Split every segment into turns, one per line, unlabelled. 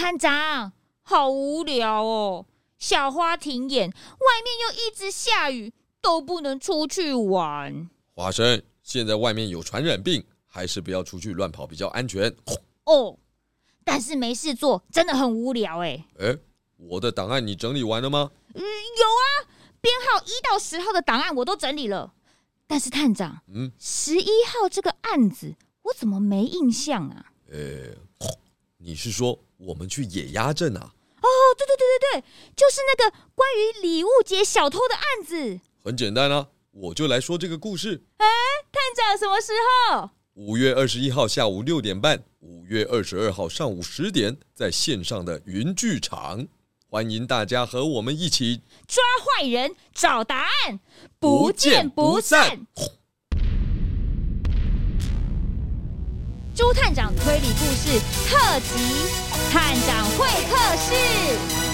探长，好无聊哦！小花停演，外面又一直下雨，都不能出去玩。
花生，现在外面有传染病，还是不要出去乱跑比较安全。
哦，但是没事做，真的很无聊哎。
我的档案你整理完了吗？
有啊，编号1到10号的档案我都整理了。但是探长，11号这个案子我怎么没印象啊？
你是说我们去野鸭镇啊？
哦，对，就是那个关于礼物节小偷的案子。
很简单啊，我就来说这个故事。
探长什么时候
？5月21号下午6点半，5月22号上午10点，在线上的云剧场，欢迎大家和我们一起
抓坏人、找答案，不见不散。朱探长推理故事特辑，探长会客室。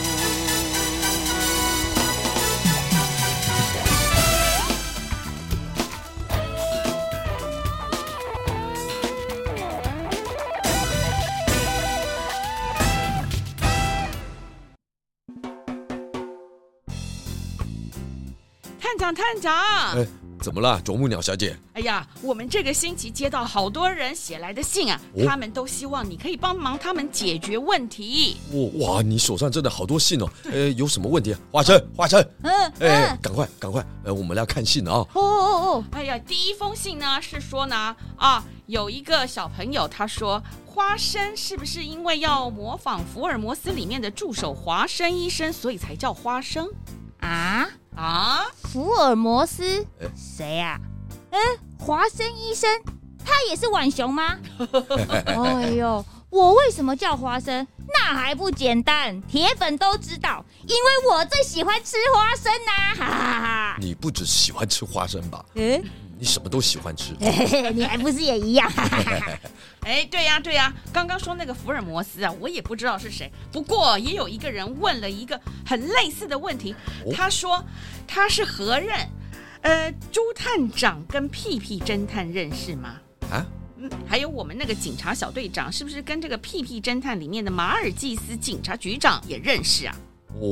探长，
怎么了，啄木鸟小姐？
哎呀，我们这个星期接到好多人写来的信啊，他们都希望你可以帮忙他们解决问题。
哇，你手上真的好多信哦。有什么问题啊？花生，赶快，我们要看信啊。
哎呀，第一封信呢是说呢，有一个小朋友他说，花生是不是因为要模仿福尔摩斯里面的助手华生医生，所以才叫花生啊？
福尔摩斯？谁啊？华生医生，他也是浣熊吗？哎呦，我为什么叫花生？那还不简单，铁粉都知道，因为我最喜欢吃花生啊！哈哈哈。
你不只喜欢吃花生吧？你什么都喜欢吃。
你还不是也一样？
对呀，刚刚说那个福尔摩斯啊，我也不知道是谁，不过也有一个人问了一个很类似的问题，他说他是何人？朱探长跟屁屁侦探认识吗？还有我们那个警察小队长是不是跟这个屁屁侦探里面的马尔济斯警察局长也认识啊？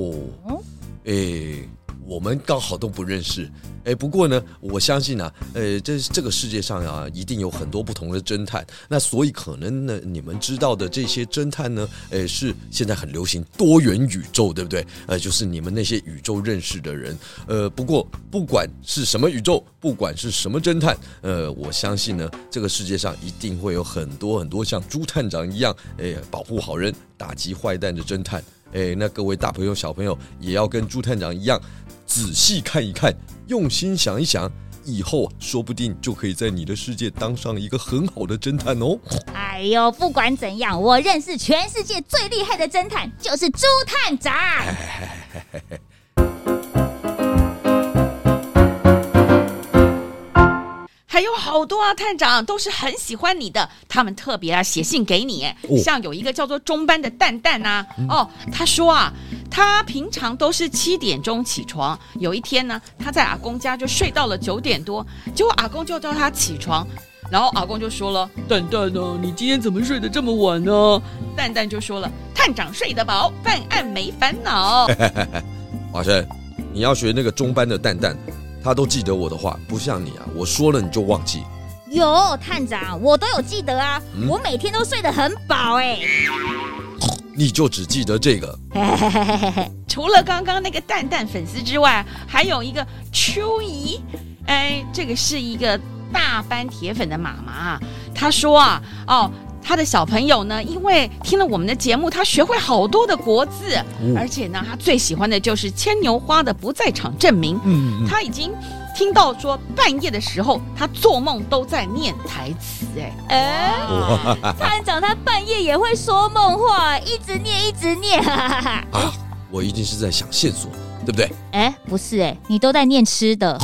我们刚好都不认识。不过呢，我相信啊，这个世界上啊，一定有很多不同的侦探。那所以可能呢，你们知道的这些侦探呢，是现在很流行多元宇宙，对不对？就是你们那些宇宙认识的人。不过不管是什么宇宙，不管是什么侦探，我相信呢，这个世界上一定会有很多很多像朱探长一样，保护好人、打击坏蛋的侦探。那各位大朋友小朋友也要跟朱探长一样，仔细看一看，用心想一想，以后说不定就可以在你的世界当上一个很好的侦探哦。
哎呦，不管怎样，我认识全世界最厉害的侦探就是朱探长。
还有好多啊，探长都是很喜欢你的，他们特别写信给你。像有一个叫做中班的蛋蛋啊，他说啊，他平常都是7点钟起床，有一天呢，他在阿公家就睡到了9点多，结果阿公就叫他起床，然后阿公就说了，蛋蛋啊，你今天怎么睡得这么晚呢？蛋蛋就说了，探长睡得饱，办案没烦恼。
华生，你要学那个中班的蛋蛋，他都记得我的话，不像你啊，我说了你就忘记。
有探长，我都有记得啊，我每天都睡得很饱。
你就只记得这个？
除了刚刚那个蛋蛋粉丝之外，还有一个秋怡，这个是一个大班铁粉的妈妈，她说啊，他的小朋友呢，因为听了我们的节目，他学会好多的国字，而且呢，他最喜欢的就是牵牛花的不在场证明。他已经听到说半夜的时候，他做梦都在念台词。
探长他半夜也会说梦话，一直念。
我一定是在想线索，对不对？
不是你都在念吃的。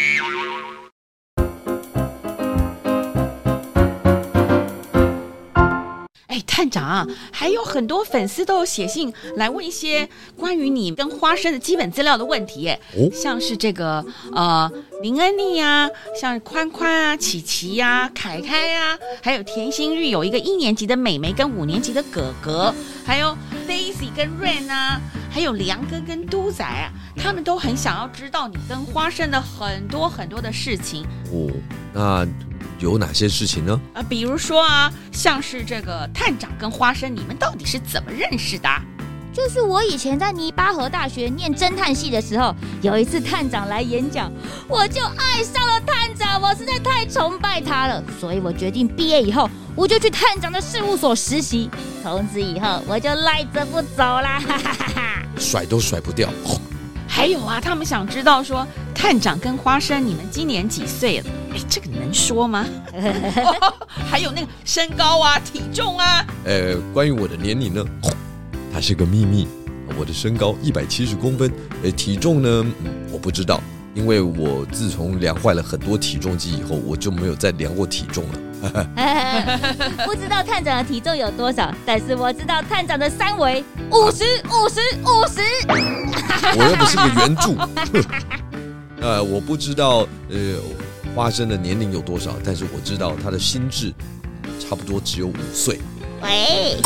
探长啊，还有很多粉丝都有写信来问一些关于你跟花生的基本资料的问题，像是这个林恩妮啊，像宽宽啊、琪琪啊、凯凯啊，还有甜心玉有一个1年级的妹妹跟5年级的哥哥，还有 Daisy 跟 Rain 啊，还有梁哥跟都仔啊，他们都很想要知道你跟花生的很多很多的事情。
哦，那有哪些事情呢？
比如说啊，像是这个探长跟花生，你们到底是怎么认识的？
就是我以前在泥巴河大学念侦探系的时候，有一次探长来演讲，我就爱上了探长，我实在太崇拜他了，所以我决定毕业以后我就去探长的事务所实习，从此以后我就赖着不走啦，哈哈哈哈！
甩都甩不掉。
还有啊，他们想知道说，探长跟花生，你们今年几岁了？这个能说吗？还有那个身高啊、体重啊。
关于我的年龄呢？它是个秘密，我的身高170公分，体重呢，我不知道，因为我自从量坏了很多体重机以后，我就没有再量过体重了。
不知道探长的体重有多少，但是我知道探长的三围50、50、50。
我又不是个圆柱。我不知道花生的年龄有多少，但是我知道他的心智差不多只有5岁。
喂。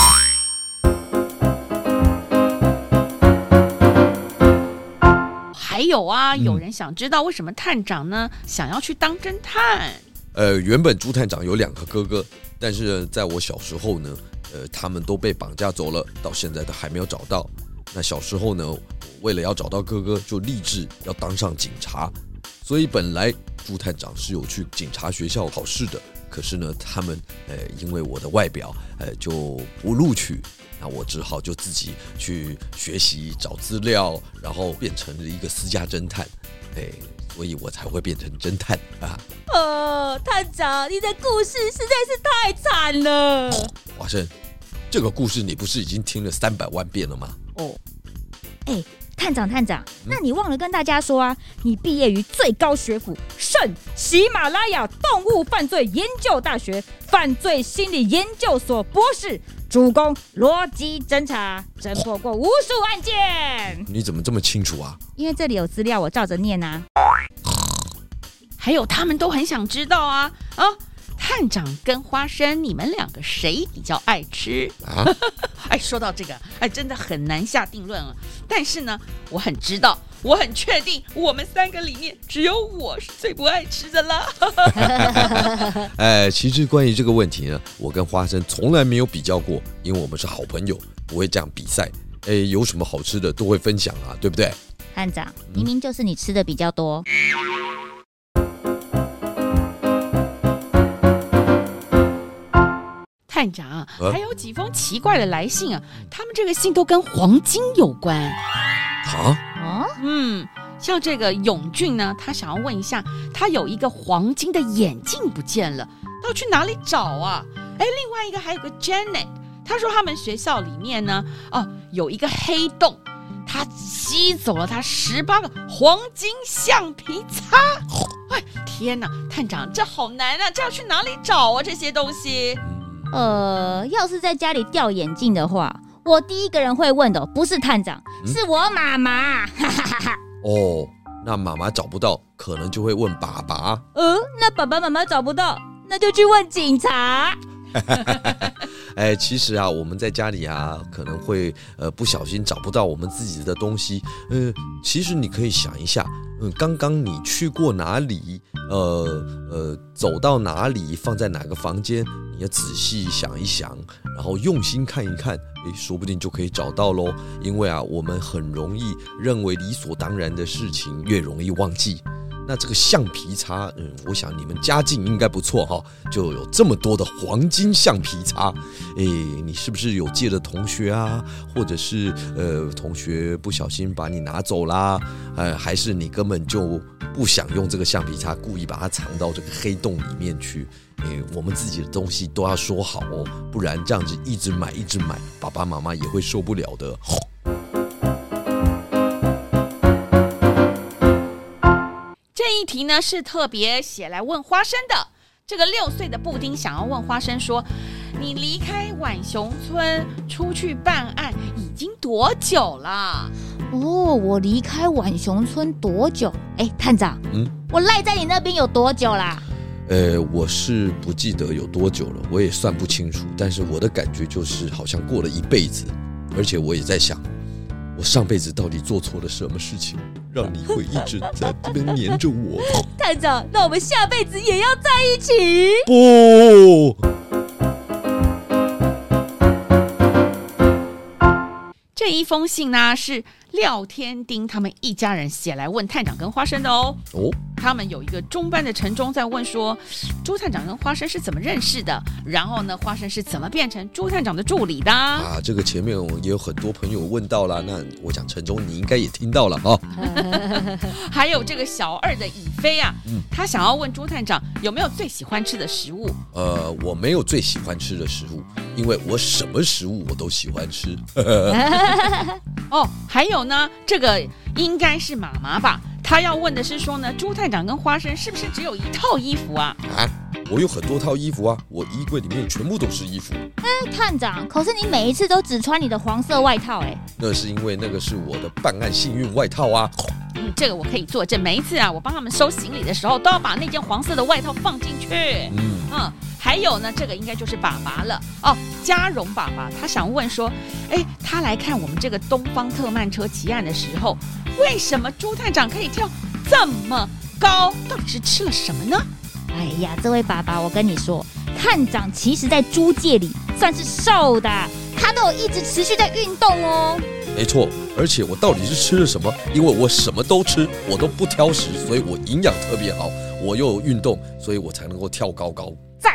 还有啊，有人想知道为什么探长呢想要去当侦探？
原本朱探长有2个哥哥，但是在我小时候呢，他们都被绑架走了，到现在都还没有找到。那小时候呢，我为了要找到哥哥，就立志要当上警察。所以本来朱探长是有去警察学校考试的，可是呢，他们因为我的外表就不录取。那我只好就自己去学习找资料，然后变成了一个私家侦探，所以我才会变成侦探啊。
探长，你的故事实在是太惨了。
花生，这个故事你不是已经听了300万遍了吗？
探长，那你忘了跟大家说啊，你毕业于最高学府圣喜马拉雅动物犯罪研究大学犯罪心理研究所博士，主攻逻辑侦查，侦破过无数案件。
你怎么这么清楚啊？
因为这里有资料，我照着念啊。
还有他们都很想知道啊，探长跟花生，你们2个谁比较爱吃啊？说到这个，真的很难下定论啊。但是呢，我很知道，我很确定，我们3个里面只有我是最不爱吃的了。
其实关于这个问题呢，我跟花生从来没有比较过，因为我们是好朋友，不会这样比赛。有什么好吃的都会分享啊，对不对？
探长，明明就是你吃的比较多。
探长，还有几封奇怪的来信啊，他们这个信都跟黄金有关。像这个永俊呢，他想要问一下，他有一个黄金的眼镜不见了，要去哪里找啊？另外一个还有个 Janet， 他说他们学校里面呢，有一个黑洞，他吸走了他18个黄金橡皮擦。天哪，探长，这好难啊，这要去哪里找啊？这些东西。
要是在家里掉眼镜的话，我第一个人会问的不是探长，是我妈妈。
那妈妈找不到，可能就会问爸爸。
那爸爸妈妈找不到，那就去问警察。
其实啊，我们在家里啊，可能会不小心找不到我们自己的东西。其实你可以想一下，刚刚你去过哪里？走到哪里？放在哪个房间？你要仔细想一想，然后用心看一看，说不定就可以找到咯。因为啊，我们很容易认为理所当然的事情，越容易忘记。那这个橡皮擦，我想你们家境应该不错哈，就有这么多的黄金橡皮擦。你是不是有借的同学啊？或者是同学不小心把你拿走啦？还是你根本就不想用这个橡皮擦，故意把它藏到这个黑洞里面去？我们自己的东西都要说好哦，不然这样子一直买，爸爸妈妈也会受不了的。
这一题呢是特别写来问花生的。这个6岁的布丁想要问花生说，你离开浣熊村出去办案已经多久了？
我离开浣熊村多久？探长，我赖在你那边有多久啦？
我是不记得有多久了，我也算不清楚，但是我的感觉就是好像过了一辈子。 而且我也在想，我上辈子到底做错了什么事情，让你会一直在这边黏着我？
探长，那我们下辈子也要在一起？
不。
这一封信呢，是廖天丁他们一家人写来问探长跟花生的哦。他们有一个中班的陈忠在问说，朱探长跟花生是怎么认识的？然后呢，花生是怎么变成朱探长的助理的？
这个前面也有很多朋友问到了，那我讲陈忠你应该也听到了啊。
还有这个小二的以飞啊，他想要问朱探长有没有最喜欢吃的食物？
我没有最喜欢吃的食物，因为我什么食物我都喜欢吃。
还有呢，这个应该是妈妈吧？他要问的是说呢，朱探长跟花生是不是只有一套衣服啊？
我有很多套衣服啊，我衣柜里面全部都是衣服。
探长，可是你每一次都只穿你的黄色外套
那是因为那个是我的办案幸运外套啊。
这个我可以作证，每一次啊，我帮他们收行李的时候，都要把那件黄色的外套放进去。还有呢，这个应该就是爸爸了嘉荣爸爸，他想问说，他来看我们这个东方特慢车奇案的时候，为什么朱探长可以跳这么高？到底是吃了什么呢？
哎呀，这位爸爸，我跟你说，探长其实在猪界里算是瘦的，他都有一直持续在运动哦。
没错，而且我到底是吃了什么？因为我什么都吃，我都不挑食，所以我营养特别好，我又有运动，所以我才能够跳高高。
赞！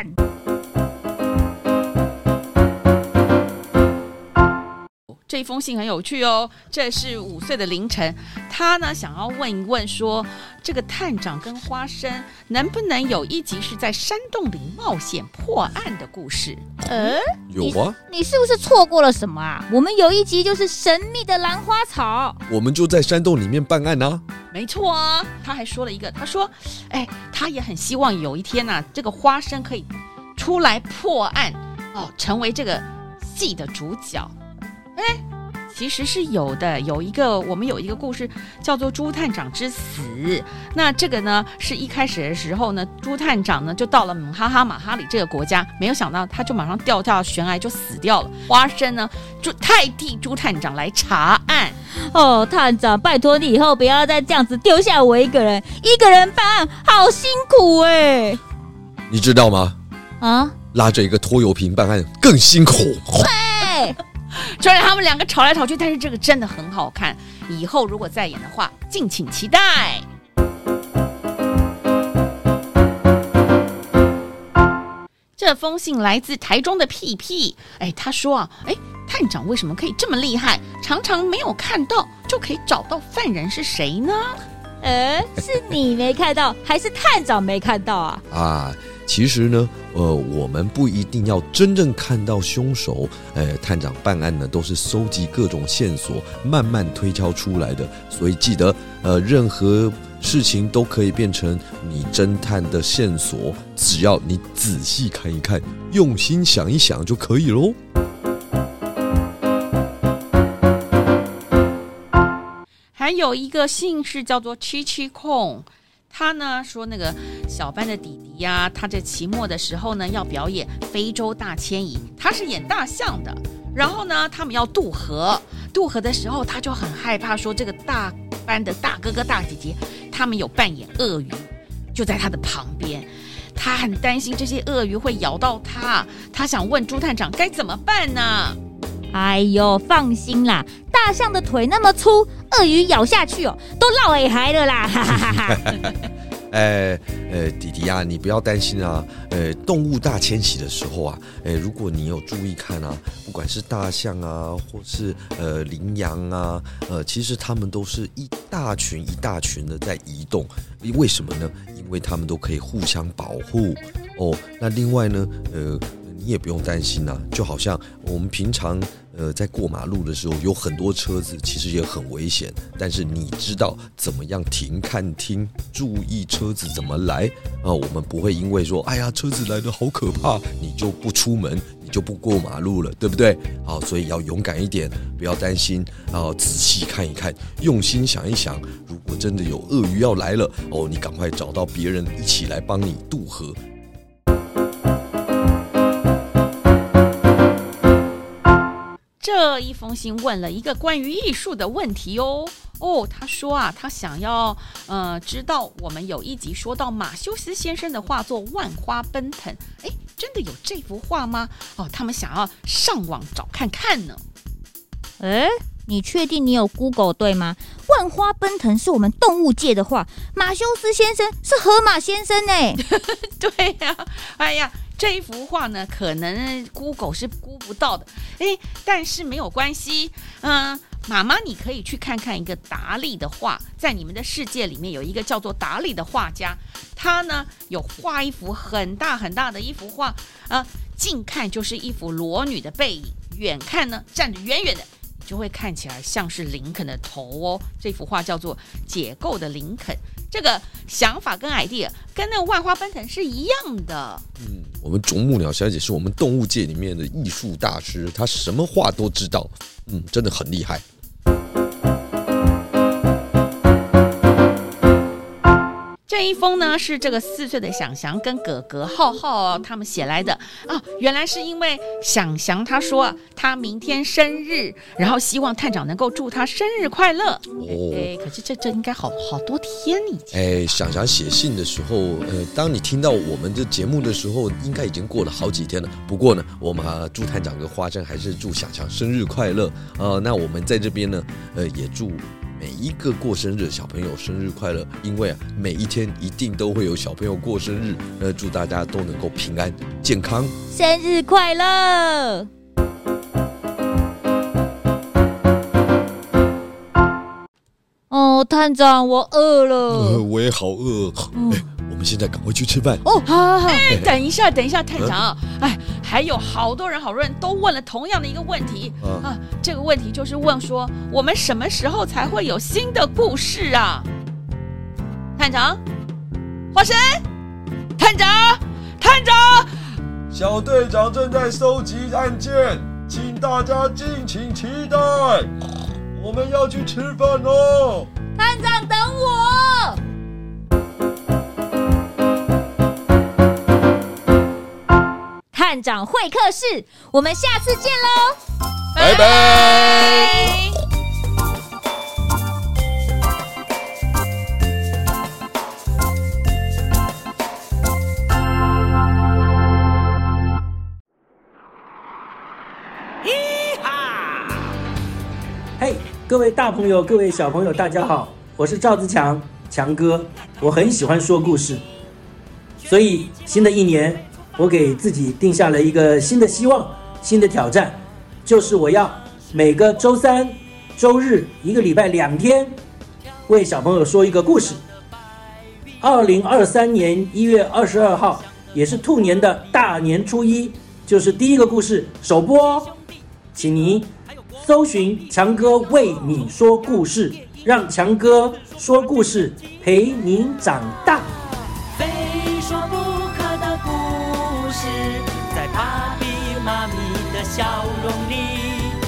这一封信很有趣哦，这是5岁的凌晨，他呢想要问一问说，这个探长跟花生能不能有一集是在山洞里冒险破案的故事？
有啊，
你是不是错过了什么啊？我们有一集就是神秘的兰花草，
我们就在山洞里面办案啊。
没错啊，他还说了一个，他说，他也很希望有一天啊，这个花生可以出来破案成为这个戏的主角。其实是有的，我们有一个故事叫做朱探长之死。那这个呢，是一开始的时候呢，朱探长呢就到了马哈里这个国家，没有想到他就马上掉到悬崖就死掉了。花生呢就代替朱探长来查案。
探长，拜托你以后不要再这样子丢下我一个人办案，好辛苦
你知道吗？拉着一个拖油瓶办案更辛苦。
虽然他们两个吵来吵去，但是这个真的很好看。以后如果再演的话，敬请期待。这封信来自台中的屁屁，他说探长为什么可以这么厉害？常常没有看到就可以找到犯人是谁呢？
是你没看到，还是探长没看到啊？
其实呢，我们不一定要真正看到凶手。探长办案呢，都是收集各种线索，慢慢推敲出来的。所以记得，任何事情都可以变成你侦探的线索，只要你仔细看一看，用心想一想就可以咯。
还有一个姓氏叫做七七控。他呢说，那个小班的弟弟呀，他在期末的时候呢要表演非洲大迁移，他是演大象的。然后呢，他们要渡河的时候，他就很害怕，说这个大班的大哥哥大姐姐他们有扮演鳄鱼，就在他的旁边，他很担心这些鳄鱼会咬到他，他想问朱探长该怎么办呢？
放心啦，大象的腿那么粗，鳄鱼咬下去都落尾骸了啦，哈哈哈哈。
弟弟啊，你不要担心啊。动物大迁徙的时候啊，如果你有注意看啊，不管是大象啊，或是羚羊啊，其实他们都是一大群一大群的在移动。为什么呢？因为他们都可以互相保护那另外呢，你也不用担心啊，就好像我们平常在过马路的时候，有很多车子，其实也很危险。但是你知道怎么样停看听，注意车子怎么来我们不会因为说，哎呀，车子来得好可怕，你就不出门，你就不过马路了，对不对？所以要勇敢一点，不要担心，仔细看一看，用心想一想，如果真的有鳄鱼要来了你赶快找到别人一起来帮你渡河。
这一封信问了一个关于艺术的问题哦。他说啊，他想要知道我们有一集说到马修斯先生的画作《万花奔腾》，真的有这幅画吗？他们想要上网找看看呢。
你确定你有 Google 对吗？万花奔腾是我们动物界的画，马修斯先生是河马先生呢。
对呀，哎呀，这一幅画呢，可能 Google 是估不到的，但是没有关系，妈妈，你可以去看看一个达利的画，在你们的世界里面有一个叫做达利的画家，他呢有画一幅很大很大的一幅画，近看就是一幅裸女的背影，远看呢站得远远的，就会看起来像是林肯的头哦。这幅画叫做《解构的林肯》，这个想法跟 idea 跟那个万花奔腾是一样的。
我们啄木鸟小姐是我们动物界里面的艺术大师，她什么画都知道，真的很厉害。
这一封呢是这个4岁的想翔跟哥哥浩浩他们写来的原来是因为想翔他说他明天生日，然后希望探长能够祝他生日快乐。可是这应该好多天以前。
想翔写信的时候，当你听到我们的节目的时候，应该已经过了好几天了。不过呢，我们祝探长跟花生还是祝想翔生日快乐那我们在这边呢，也祝每一个过生日的小朋友生日快乐，因为每一天一定都会有小朋友过生日，祝大家都能够平安健康，
生日快乐！探长，我饿了。
我也好饿。我们现在赶快去吃饭。
好。等一下，探长。还有好多人都问了同样的一个问题这个问题就是问说，我们什么时候才会有新的故事啊？探长，花生，探长，
小队长正在收集案件，请大家敬请期待。我们要去吃饭喽。
探长，等我。探长会客室，我们下次见喽，
拜拜。
各位大朋友，各位小朋友，大家好，我是赵自强，强哥。我很喜欢说故事，所以新的一年，我给自己定下了一个新的希望，新的挑战，就是我要每个周三、周日一个礼拜2天，为小朋友说一个故事。2023年1月22号，也是兔年的大年初一，就是第一个故事首播哦，请您搜寻强哥为你说故事，让强哥说故事陪您长大。
非说不可的故事，在爸比妈咪的笑容里。